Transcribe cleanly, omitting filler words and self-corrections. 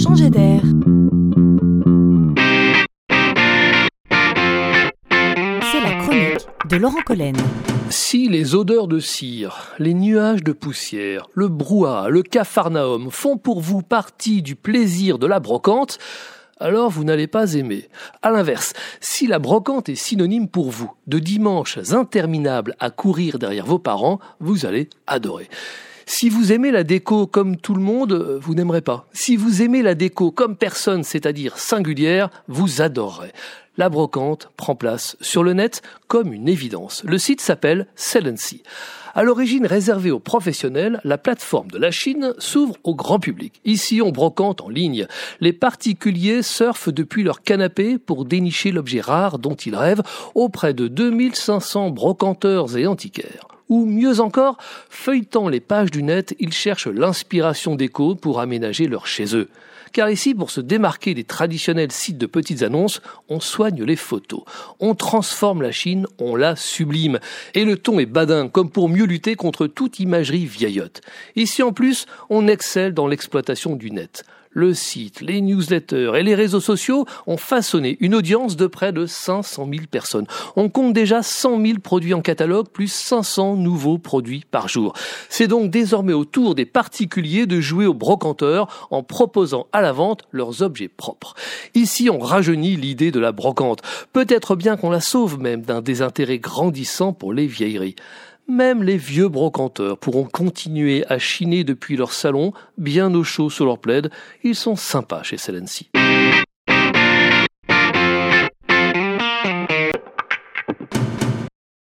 changer d'air. C'est la chronique de Laurent Collen. Si les odeurs de cire, les nuages de poussière, le brouhaha, le capharnaüm font pour vous partie du plaisir de la brocante, alors vous n'allez pas aimer. À l'inverse, si la brocante est synonyme pour vous de dimanches interminables à courir derrière vos parents, vous allez adorer. Si vous aimez la déco comme tout le monde, vous n'aimerez pas. Si vous aimez la déco comme personne, c'est-à-dire singulière, vous adorerez. La brocante prend place sur le net comme une évidence. Le site s'appelle Cellency. À l'origine réservée aux professionnels, la plateforme de la Chine s'ouvre au grand public. Ici, on brocante en ligne. Les particuliers surfent depuis leur canapé pour dénicher l'objet rare dont ils rêvent auprès de 2500 brocanteurs et antiquaires. Ou mieux encore, feuilletant les pages du net, ils cherchent l'inspiration déco pour aménager leur chez eux. Car ici, pour se démarquer des traditionnels sites de petites annonces, on soigne les photos. On transforme la Chine, on la sublime. Et le ton est badin, comme pour mieux lutter contre toute imagerie vieillotte. Ici en plus, on excelle dans l'exploitation du net. Le site, les newsletters et les réseaux sociaux ont façonné une audience de près de 500 000 personnes. On compte déjà 100 000 produits en catalogue, plus 500 nouveaux produits par jour. C'est donc désormais au tour des particuliers de jouer aux brocanteurs en proposant à la vente leurs objets propres. Ici, on rajeunit l'idée de la brocante. Peut-être bien qu'on la sauve même d'un désintérêt grandissant pour les vieilleries. Même les vieux brocanteurs pourront continuer à chiner depuis leur salon, bien au chaud sur leur plaid. Ils sont sympas chez Cellency.